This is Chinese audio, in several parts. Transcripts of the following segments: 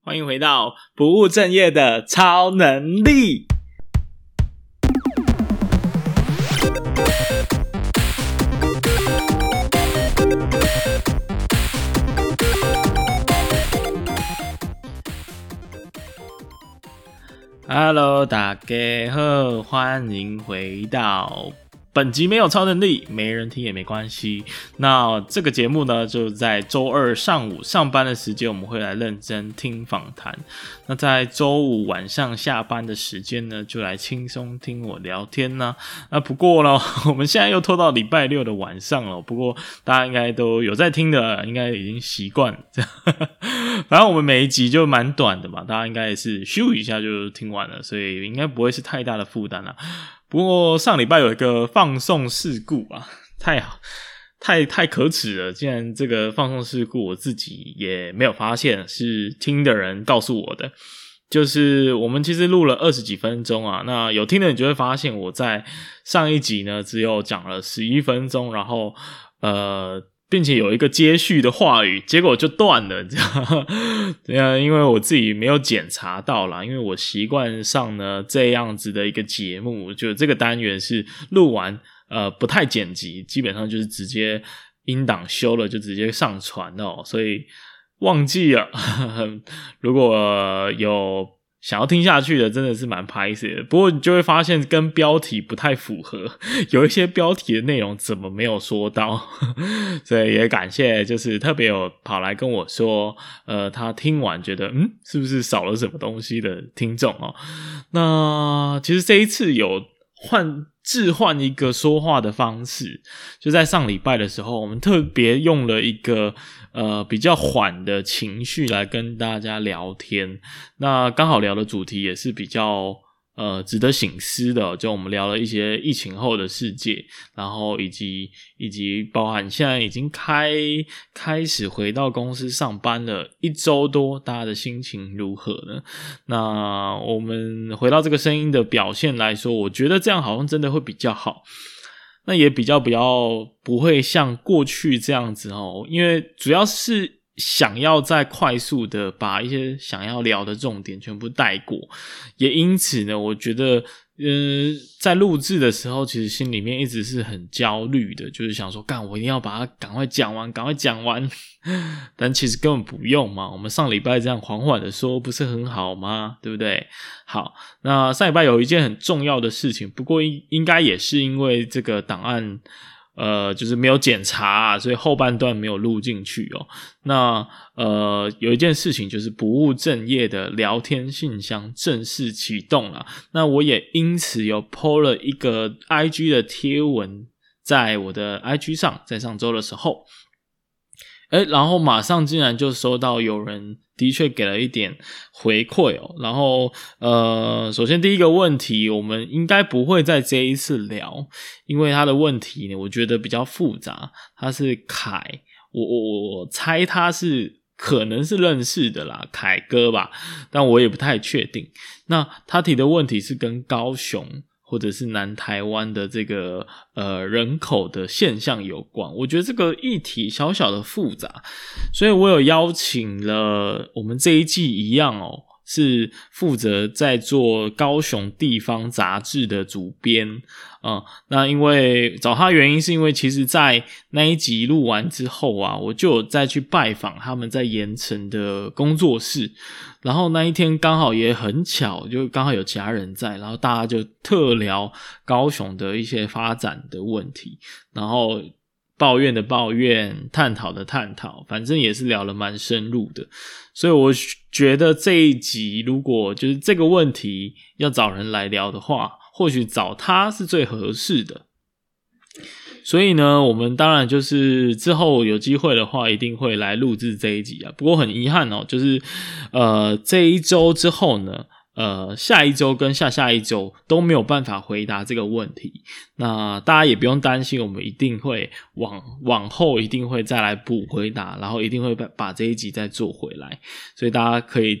欢迎回到不务正业的超能力。Hello， 大家好，欢迎回到本集没有超能力，没人听也没关系。那这个节目呢，就在周二上午上班的时间，我们会来认真听访谈。那在周五晚上下班的时间呢，就来轻松听我聊天呢。那不过呢，我们现在又拖到礼拜六的晚上了。不过大家应该都有在听的，应该已经习惯了。反正我们每一集就蛮短的嘛，大家应该也是咻一下就听完了，所以应该不会是太大的负担啦。不过上礼拜有一个放送事故啊，太可耻了！竟然这个放送事故我自己也没有发现，是听的人告诉我的。就是我们其实录了20几分钟啊，那有听的你就会发现我在上一集呢只有讲了11分钟，然后并且有一个接续的话语，结果就断了，这样因为我自己没有检查到啦，因为我习惯上呢这样子的一个节目，就这个单元是录完不太剪辑，基本上就是直接音档修了就直接上传哦，所以忘记了如果有想要听下去的真的是蛮拍摄的，不过你就会发现跟标题不太符合，有一些标题的内容怎么没有说到所以也感谢就是特别有跑来跟我说他听完觉得是不是少了什么东西的听众哦。那其实这一次有置换一个说话的方式，就在上礼拜的时候我们特别用了一个比较缓的情绪来跟大家聊天，那刚好聊的主题也是比较值得省思的，就我们聊了一些疫情后的世界，然后以及包含现在已经开始回到公司上班了1周多，大家的心情如何呢？那我们回到这个声音的表现来说，我觉得这样好像真的会比较好，那也比较不会像过去这样子哦，因为主要是想要再快速的把一些想要聊的重点全部带过，也因此呢，我觉得在录制的时候其实心里面一直是很焦虑的，就是想说我一定要把它赶快讲完但其实根本不用嘛，我们上礼拜这样缓缓的说不是很好吗？对不对？好，那上礼拜有一件很重要的事情，不过应该也是因为这个档案就是没有检查啊，所以后半段没有录进去哦。那有一件事情就是不务正业的聊天信箱正式启动了，那我也因此有 po 了一个 IG 的贴文在我的 IG 上，在上周的时候然后马上竟然就收到有人的确给了一点回馈哦。然后首先第一个问题我们应该不会在这一次聊，因为他的问题呢我觉得比较复杂，他是凯，我猜他是可能是认识的啦，凯哥吧，但我也不太确定。那他提的问题是跟高雄或者是南台湾的这个人口的现象有关，我觉得这个议题小小的复杂，所以我有邀请了我们这一季一样哦，是负责在做高雄地方杂志的主编那因为找他原因是因为其实在那一集录完之后啊，我就有再去拜访他们在盐埕的工作室，然后那一天刚好也很巧，就刚好有家人在，然后大家就特聊高雄的一些发展的问题，然后抱怨的抱怨，探讨的探讨，反正也是聊得蛮深入的。所以我觉得这一集如果就是这个问题要找人来聊的话，或许找他是最合适的。所以呢，我们当然就是之后有机会的话一定会来录制这一集啊。不过很遗憾哦，就是这一周之后呢下一周跟下一周都没有办法回答这个问题，那大家也不用担心，我们一定会往后一定会再来补回答，然后一定会把这一集再做回来，所以大家可以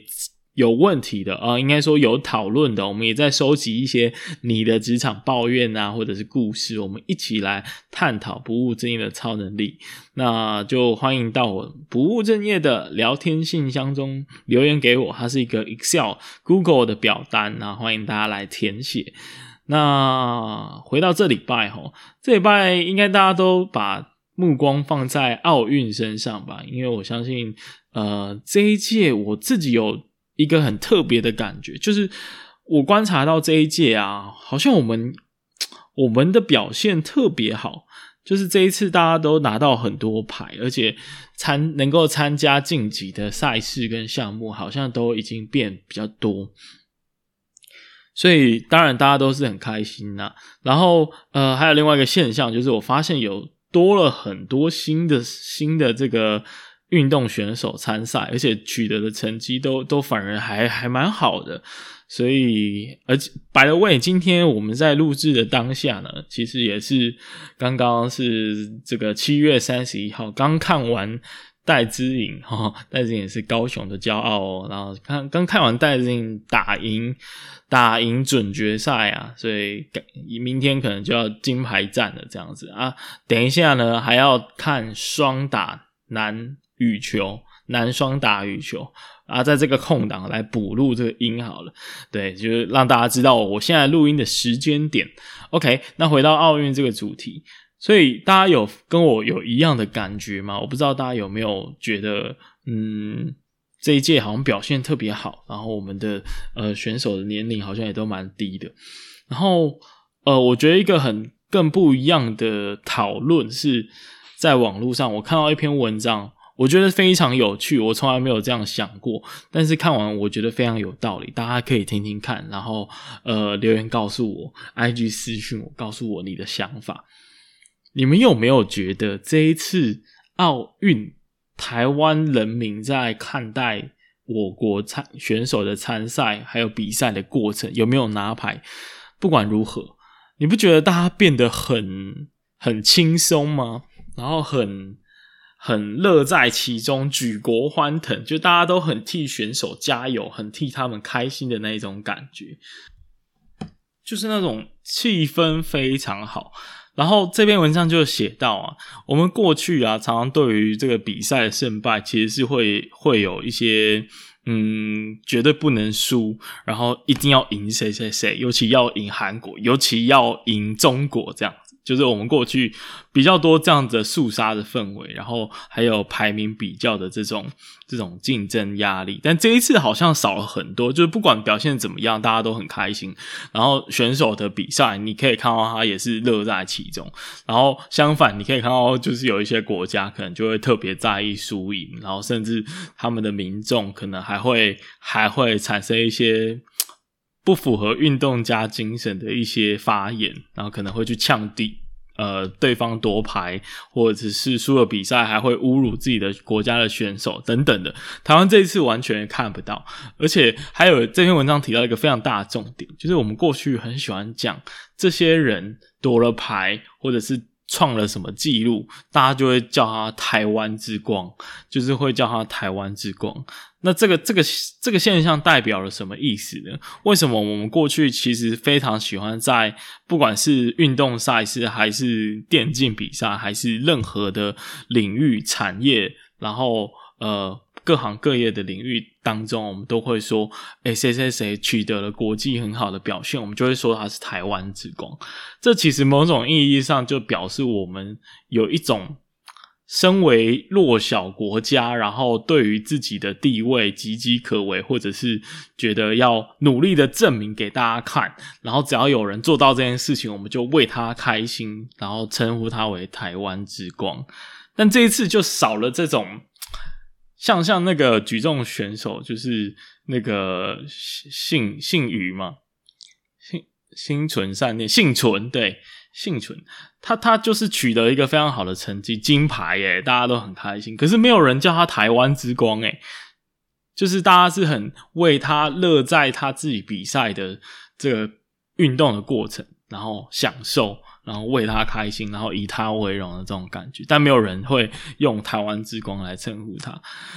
有问题的应该说有讨论的，我们也在收集一些你的职场抱怨啊，或者是故事，我们一起来探讨不务正业的超能力。那就欢迎到我不务正业的聊天信箱中留言给我，它是一个 Excel、Google 的表单，那欢迎大家来填写。那回到这礼拜这礼拜应该大家都把目光放在奥运身上吧，因为我相信这一届我自己有一个很特别的感觉，就是我观察到这一届啊，好像我们的表现特别好，就是这一次大家都拿到很多牌，而且能够参加晋级的赛事跟项目好像都已经变比较多，所以当然大家都是很开心啦。然后还有另外一个现象，就是我发现有多了很多新的这个运动选手参赛，而且取得的成绩都反而还蛮好的。所以by the way， 今天我们在录制的当下呢，其实也是刚刚是这个7月31号刚看完戴资颖戴资颖也是高雄的骄傲然后刚看完戴资颖打赢准决赛啊，所以明天可能就要金牌战了这样子啊。等一下呢还要看双打男双打羽球啊，在这个空档来补录这个音好了，对，就是让大家知道我现在录音的时间点。 OK， 那回到奥运这个主题，所以大家有跟我有一样的感觉吗？我不知道大家有没有觉得这一届好像表现特别好，然后我们的选手的年龄好像也都蛮低的。然后我觉得一个更不一样的讨论是在网络上，我看到一篇文章，我觉得非常有趣，我从来没有这样想过，但是看完我觉得非常有道理，大家可以听听看，然后留言告诉我， IG 私讯我，告诉我你的想法。你们有没有觉得这一次奥运台湾人民在看待我国选手的参赛还有比赛的过程，有没有拿牌，不管如何，你不觉得大家变得很轻松吗？然后很乐在其中，举国欢腾，就大家都很替选手加油，很替他们开心的那一种感觉，就是那种气氛非常好。然后这篇文章就写到啊，我们过去啊常常对于这个比赛的胜败其实是会有一些绝对不能输，然后一定要赢谁谁谁，尤其要赢韩国，尤其要赢中国，这样子就是我们过去比较多这样子的肃杀的氛围，然后还有排名比较的这种竞争压力。但这一次好像少了很多，就是不管表现怎么样大家都很开心，然后选手的比赛你可以看到他也是乐在其中，然后相反你可以看到就是有一些国家可能就会特别在意输赢，然后甚至他们的民众可能还会产生一些不符合运动家精神的一些发言，然后可能会去呛对方夺牌，或者是输了比赛还会侮辱自己的国家的选手等等的。台湾这一次完全看不到，而且还有这篇文章提到一个非常大的重点，就是我们过去很喜欢讲这些人夺了牌或者是创了什么纪录，大家就会叫他台湾之光，就是会叫他台湾之光。那这个现象代表了什么意思呢？为什么我们过去其实非常喜欢在不管是运动赛事还是电竞比赛还是任何的领域产业，然后各行各业的领域当中，我们都会说谁谁谁取得了国际很好的表现，我们就会说他是台湾之光。这其实某种意义上就表示我们有一种身为弱小国家，然后对于自己的地位岌岌可危，或者是觉得要努力的证明给大家看，然后只要有人做到这件事情，我们就为他开心，然后称呼他为台湾之光。但这一次就少了这种像那个举重选手，就是那个姓余嘛，心存善念，幸存，对，幸存，他就是取得一个非常好的成绩，金牌耶，大家都很开心，可是没有人叫他台湾之光耶，就是大家是很为他乐在他自己比赛的这个运动的过程，然后享受，然后为他开心，然后以他为荣的这种感觉，但没有人会用台湾之光来称呼他。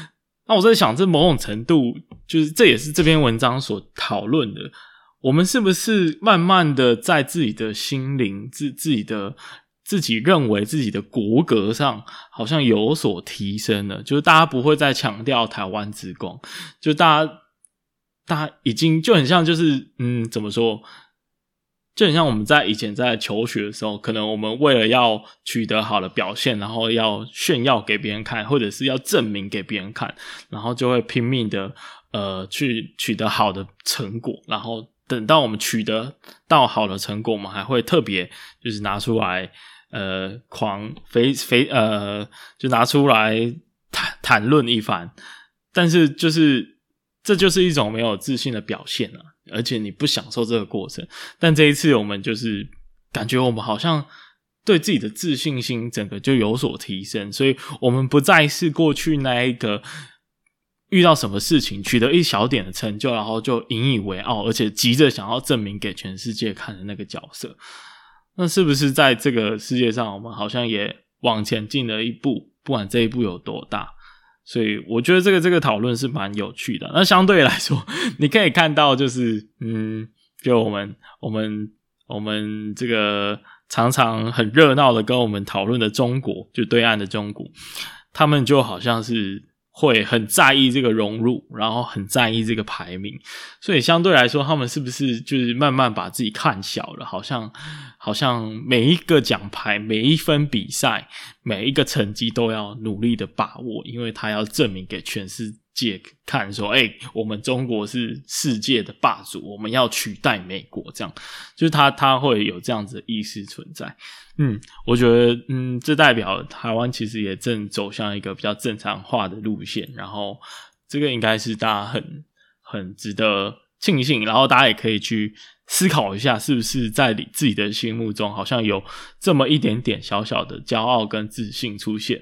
那我在想，这某种程度就是这也是这篇文章所讨论的，我们是不是慢慢的在自己的心灵自己认为自己的国格上好像有所提升了，就是大家不会再强调台湾之光，就大家已经就很像就是怎么说，就很像我们在以前在求学的时候，可能我们为了要取得好的表现，然后要炫耀给别人看，或者是要证明给别人看，然后就会拼命的去取得好的成果，然后等到我们取得到好的成果，我们还会特别就是拿出来就拿出来谈论一番，但是这就是一种没有自信的表现啊，而且你不享受这个过程。但这一次我们就是感觉我们好像对自己的自信心整个就有所提升，所以我们不再是过去那一个遇到什么事情取得一小点的成就，然后就引以为傲，而且急着想要证明给全世界看的那个角色。那是不是在这个世界上我们好像也往前进了一步，不管这一步有多大。所以我觉得这个讨论是蛮有趣的。那相对来说你可以看到就是就我们这个常常很热闹的跟我们讨论的中国，就对岸的中国，他们就好像是会很在意这个融入，然后很在意这个排名，所以相对来说他们是不是就是慢慢把自己看小了，好像每一个奖牌，每一分比赛，每一个成绩都要努力的把握，因为他要证明给全世界看说我们中国是世界的霸主，我们要取代美国，这样就是他会有这样子的意识存在。我觉得这代表台湾其实也正走向一个比较正常化的路线，然后这个应该是大家很值得庆幸，然后大家也可以去思考一下，是不是在你自己的心目中好像有这么一点点小小的骄傲跟自信出现。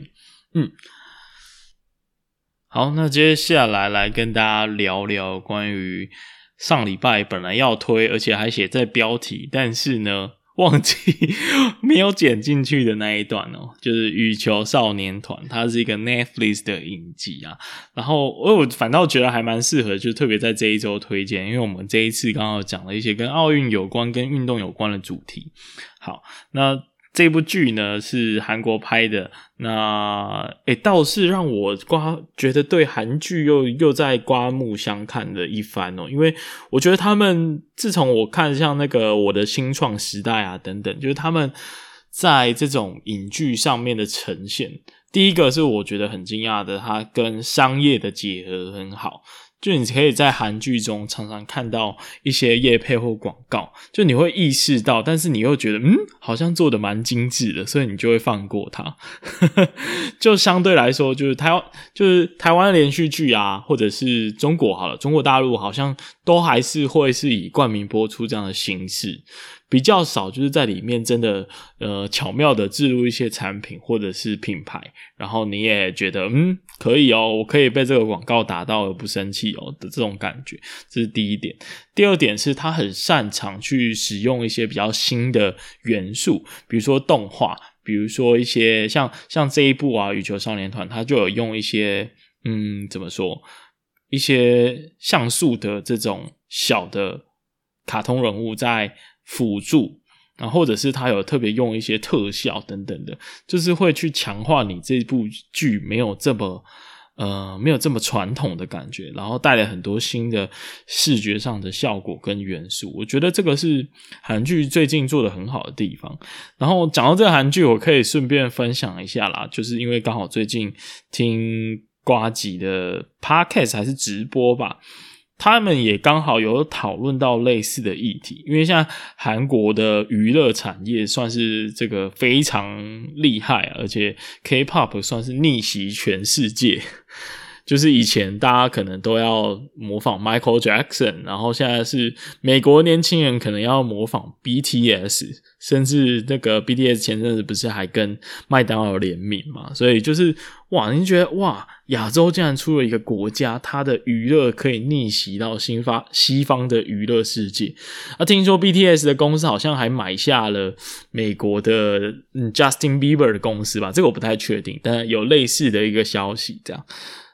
好，那接下来跟大家聊聊关于上礼拜本来要推，而且还写在标题，但是呢忘记没有剪进去的那一段就是羽球少年团，它是一个 Netflix 的影集啊。然后我反倒觉得还蛮适合，就特别在这一周推荐，因为我们这一次刚好讲了一些跟奥运有关、跟运动有关的主题。好，那这部剧呢是韩国拍的，那倒是让我觉得对韩剧又在刮目相看的一番因为我觉得他们自从我看像那个我的新创时代啊等等，就是他们在这种影剧上面的呈现，第一个是我觉得很惊讶的，它跟商业的结合很好。就你可以在韩剧中常常看到一些业配或广告，就你会意识到，但是你又觉得好像做得蛮精致的，所以你就会放过它。就相对来说，就是台湾连续剧啊，或者是中国大陆好像都还是会是以冠名播出这样的形式，比较少就是在里面真的巧妙的置入一些产品或者是品牌，然后你也觉得可以我可以被这个广告打到而不生气的这种感觉，这是第一点。第二点是他很擅长去使用一些比较新的元素，比如说动画，比如说一些像这一部啊羽球少年团，他就有用一些怎么说，一些像素的这种小的卡通人物在辅助，然后或者是他有特别用一些特效等等的，就是会去强化你这部剧没有这么传统的感觉，然后带来很多新的视觉上的效果跟元素。我觉得这个是韩剧最近做得很好的地方。然后讲到这个韩剧，我可以顺便分享一下啦，就是因为刚好最近听呱吉的 podcast 还是直播吧，他们也刚好有讨论到类似的议题，因为像韩国的娱乐产业算是这个非常厉害，而且 K-pop 算是逆袭全世界。就是以前大家可能都要模仿 Michael Jackson， 然后现在是美国年轻人可能要模仿 BTS， 甚至那个 BTS 前阵子不是还跟麦当劳联名嘛，所以就是你觉得亚洲竟然出了一个国家，它的娱乐可以逆袭到西方的娱乐世界。听说 BTS 的公司好像还买下了美国的Justin Bieber 的公司吧，这个我不太确定，但有类似的一个消息这样。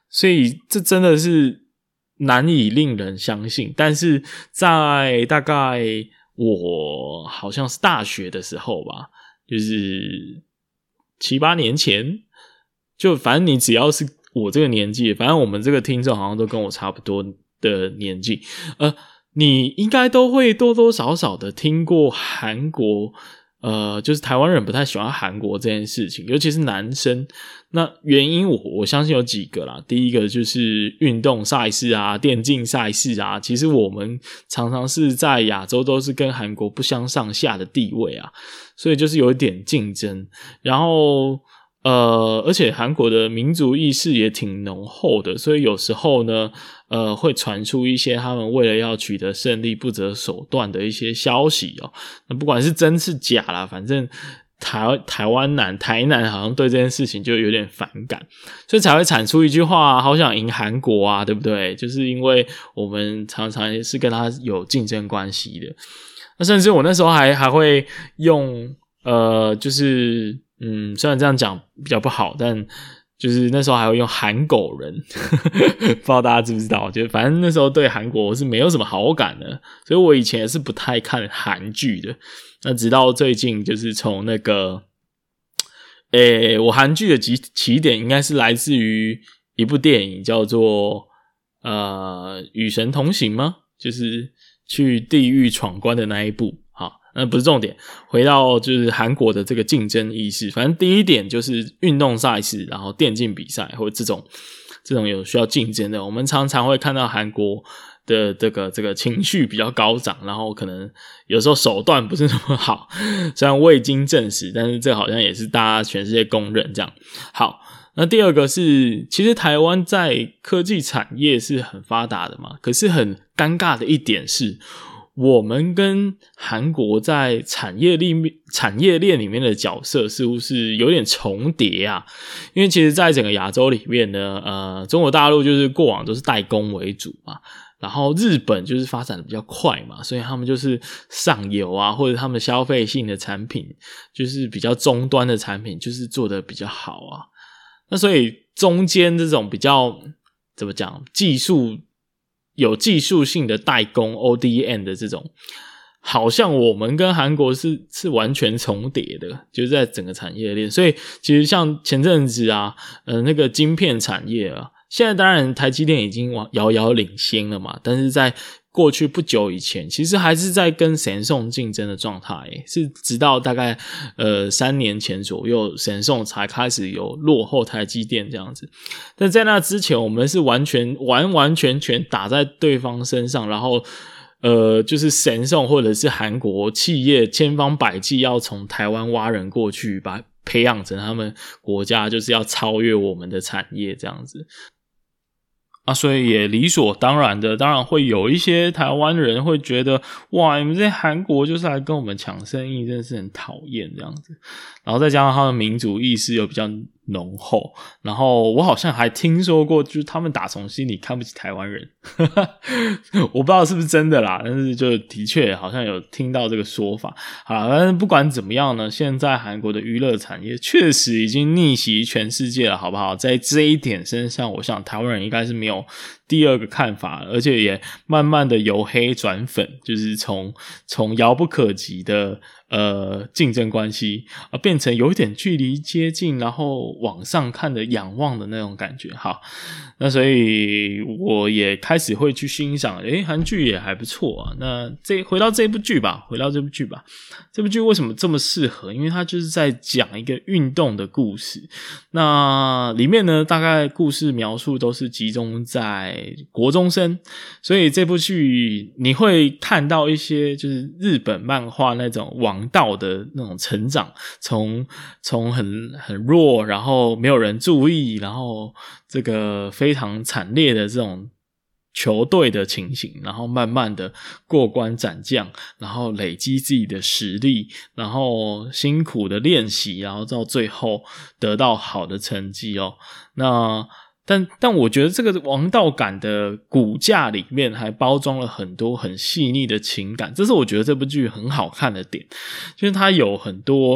所以这真的是难以令人相信。但是在大概我好像是大学的时候吧，就是7、8年前，就反正你只要是我这个年纪，反正我们这个听众好像都跟我差不多的年纪，你应该都会多多少少的听过韩国，就是台湾人不太喜欢韩国这件事情，尤其是男生。那原因我相信有几个啦。第一个就是运动赛事啊，电竞赛事啊，其实我们常常是在亚洲都是跟韩国不相上下的地位啊，所以就是有一点竞争。然后而且韩国的民族意识也挺浓厚的，所以有时候呢会传出一些他们为了要取得胜利不择手段的一些消息哦。那不管是真是假啦，反正台南好像对这件事情就有点反感，所以才会产出一句话好想赢韩国啊，对不对？就是因为我们常常是跟他有竞争关系的。那甚至我那时候还会用就是虽然这样讲比较不好，但就是那时候还会用韩狗人不知道大家知不知道，就反正那时候对韩国我是没有什么好感的，所以我以前也是不太看韩剧的。那直到最近就是从那个我韩剧的起点应该是来自于一部电影叫做与神同行吗？就是去地狱闯关的那一部。好，那不是重点，回到就是韩国的这个竞争意识。反正第一点就是运动赛事，然后电竞比赛或者这种有需要竞争的，我们常常会看到韩国的这个情绪比较高涨，然后可能有时候手段不是那么好，虽然未经证实，但是这好像也是大家全世界公认这样。好，那第二个是，其实台湾在科技产业是很发达的嘛，可是很尴尬的一点是，我们跟韩国在产业链里面的角色似乎是有点重叠啊。因为其实在整个亚洲里面呢，中国大陆就是过往都是代工为主嘛，然后日本就是发展的比较快嘛，所以他们就是上游啊，或者他们消费性的产品，就是比较终端的产品，就是做得比较好啊。那所以中间这种比较怎么讲，有技术性的代工 ODM 的这种，好像我们跟韩国是完全重叠的，就是在整个产业链。所以其实像前阵子啊，那个晶片产业啊，现在当然台积电已经遥遥领先了嘛，但是在过去不久以前，其实还是在跟 Samsung 竞争的状态，是直到大概3年前左右 Samsung 才开始有落后台积电这样子。但在那之前，我们是完全打在对方身上，然后就是 Samsung 或者是韩国企业千方百计要从台湾挖人过去，把培养成他们国家就是要超越我们的产业这样子。所以也理所当然的，当然会有一些台湾人会觉得，哇，你们在韩国就是来跟我们抢生意，真的是很讨厌这样子。然后再加上他的民族意识又比较浓厚，然后我好像还听说过，就是他们打从心里看不起台湾人我不知道是不是真的啦，但是就的确好像有听到这个说法。好啦，但是不管怎么样呢，现在韩国的娱乐产业确实已经逆袭全世界了，好不好？在这一点身上，我想台湾人应该是没有第二个看法了，而且也慢慢的由黑转粉，就是从遥不可及的竞争关系变成有一点距离接近，然后往上看的仰望的那种感觉。好，那所以我也开始会去欣赏，韩剧也还不错啊。那回到这部剧吧，这部剧为什么这么适合？因为它就是在讲一个运动的故事。那里面呢，大概故事描述都是集中在国中生，所以这部剧你会看到一些就是日本漫画那种王道的那种成长，从很弱，然后没有人注意，然后这个非常惨烈的这种球队的情形，然后慢慢的过关斩将，然后累积自己的实力，然后辛苦的练习，然后到最后得到好的成绩哦。那但我觉得这个王道感的骨架里面还包装了很多很细腻的情感，这是我觉得这部剧很好看的点，就是它有很多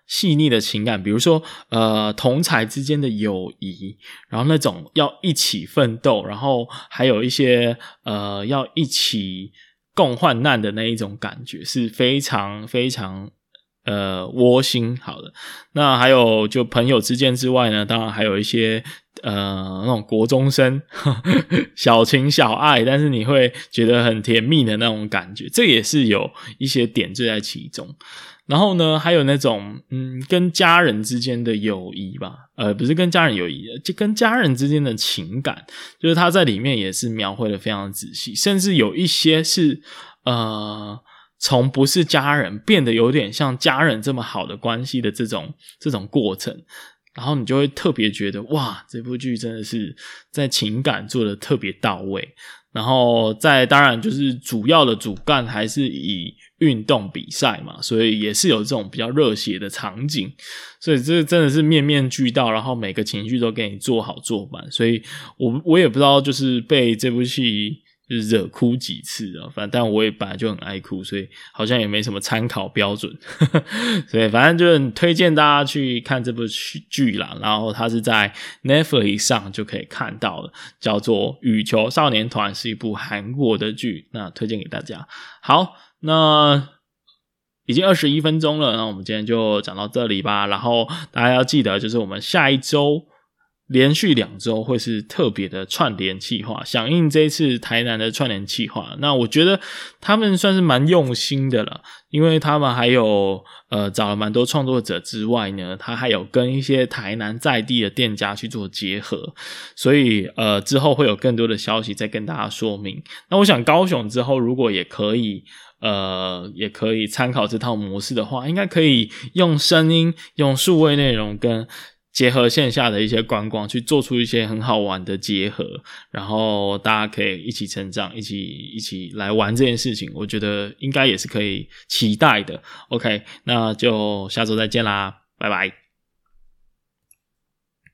细腻的情感，比如说同才之间的友谊，然后那种要一起奋斗，然后还有一些要一起共患难的那一种感觉，是非常非常窝心好的。那还有就朋友之间之外呢，当然还有一些那种国中生小情小爱，但是你会觉得很甜蜜的那种感觉，这也是有一些点缀在其中。然后呢，还有那种跟家人之间的友谊吧，不是跟家人友谊，就跟家人之间的情感，就是他在里面也是描绘的非常仔细，甚至有一些是从不是家人变得有点像家人这么好的关系的这种过程，然后你就会特别觉得哇，这部剧真的是在情感做得特别到位。然后当然就是主要的主干还是以运动比赛嘛，所以也是有这种比较热血的场景，所以这真的是面面俱到，然后每个情绪都给你做好做满，所以我也不知道就是被这部戏就是惹哭几次啊，但我也本来就很爱哭，所以好像也没什么参考标准所以反正就很推荐大家去看这部剧啦，然后它是在 Netflix 上就可以看到的，叫做羽球少年团，是一部韩国的剧，那推荐给大家。好，那已经21分钟了，那我们今天就讲到这里吧，然后大家要记得就是我们下一周连续2周会是特别的串联企划，响应这一次台南的串联企划。那我觉得他们算是蛮用心的了，因为他们还有找了蛮多创作者之外呢，他还有跟一些台南在地的店家去做结合，所以之后会有更多的消息再跟大家说明。那我想高雄之后如果也可以参考这套模式的话，应该可以用声音用数位内容跟结合线下的一些观光，去做出一些很好玩的结合，然后大家可以一起成长，一起来玩这件事情，我觉得应该也是可以期待的。OK， 那就下周再见啦，拜拜。